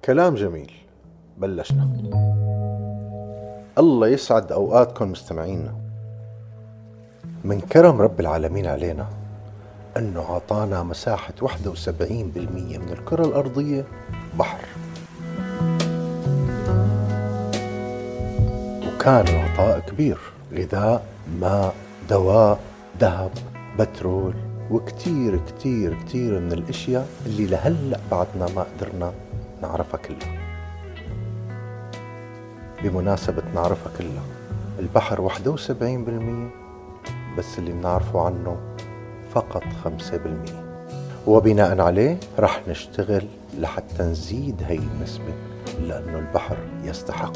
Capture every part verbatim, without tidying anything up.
كلام جميل. بلشنا. الله يسعد أوقاتكم مستمعينا. من كرم رب العالمين علينا أنه عطانا مساحة واحد وسبعين بالمئة من الكرة الأرضية بحر، وكان العطاء كبير: غذاء، ماء، دواء، ذهب، بترول، وكتير كتير كتير من الاشياء اللي لهلأ بعدنا ما قدرنا نعرفها كلها. بمناسبة نعرفها كلها، البحر واحد وسبعين بالمئة، بس اللي بنعرفه عنه فقط خمسة بالمئة، وبناء عليه رح نشتغل لحتى نزيد هاي النسبة، لأنه البحر يستحق.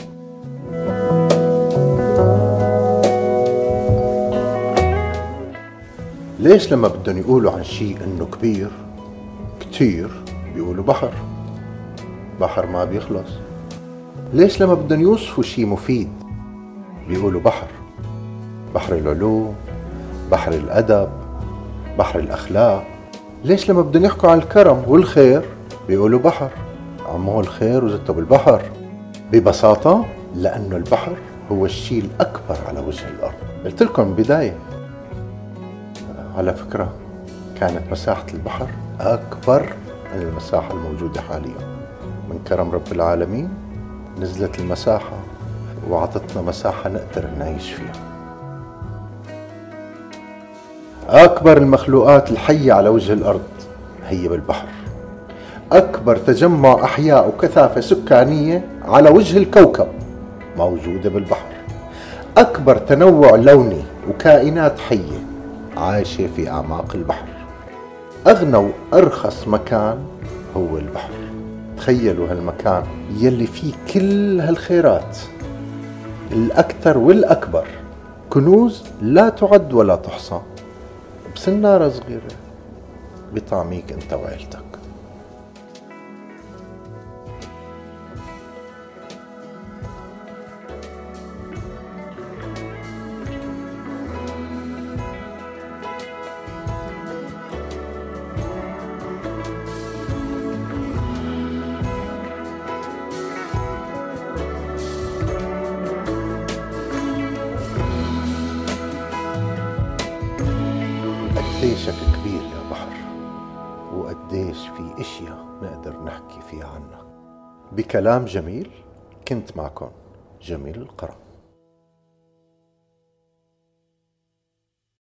ليش لما بدهم يقولوا عن شيء انه كبير كتير بيقولوا بحر؟ بحر ما بيخلص. ليش لما بدهم يوصفوا شيء مفيد بيقولوا بحر؟ بحر العلوم، بحر الأدب، بحر الأخلاق. ليش لما بدهم يحكوا عن الكرم والخير بيقولوا بحر؟ عمو الخير وزدته بالبحر. ببساطة لأنه البحر هو الشيء الأكبر على وجه الأرض. قلت لكم بداية، على فكرة كانت مساحة البحر أكبر من المساحة الموجودة حاليا. من كرم رب العالمين نزلت المساحة وعطتنا مساحة نقدر نعيش فيها. أكبر المخلوقات الحية على وجه الأرض هي بالبحر. أكبر تجمع أحياء وكثافة سكانية على وجه الكوكب موجودة بالبحر. أكبر تنوع لوني وكائنات حية عايشة في أعماق البحر. أغنى وأرخص مكان هو البحر. تخيلوا هالمكان يلي فيه كل هالخيرات، الأكثر والأكبر، كنوز لا تعد ولا تحصى، بسنارة صغيرة بطعميك أنت وعيلتك. قديشك كبير يا بحر، وقديش في اشياء نقدر نحكي فيها عنك. بكلام جميل كنت معكم جميل القرن.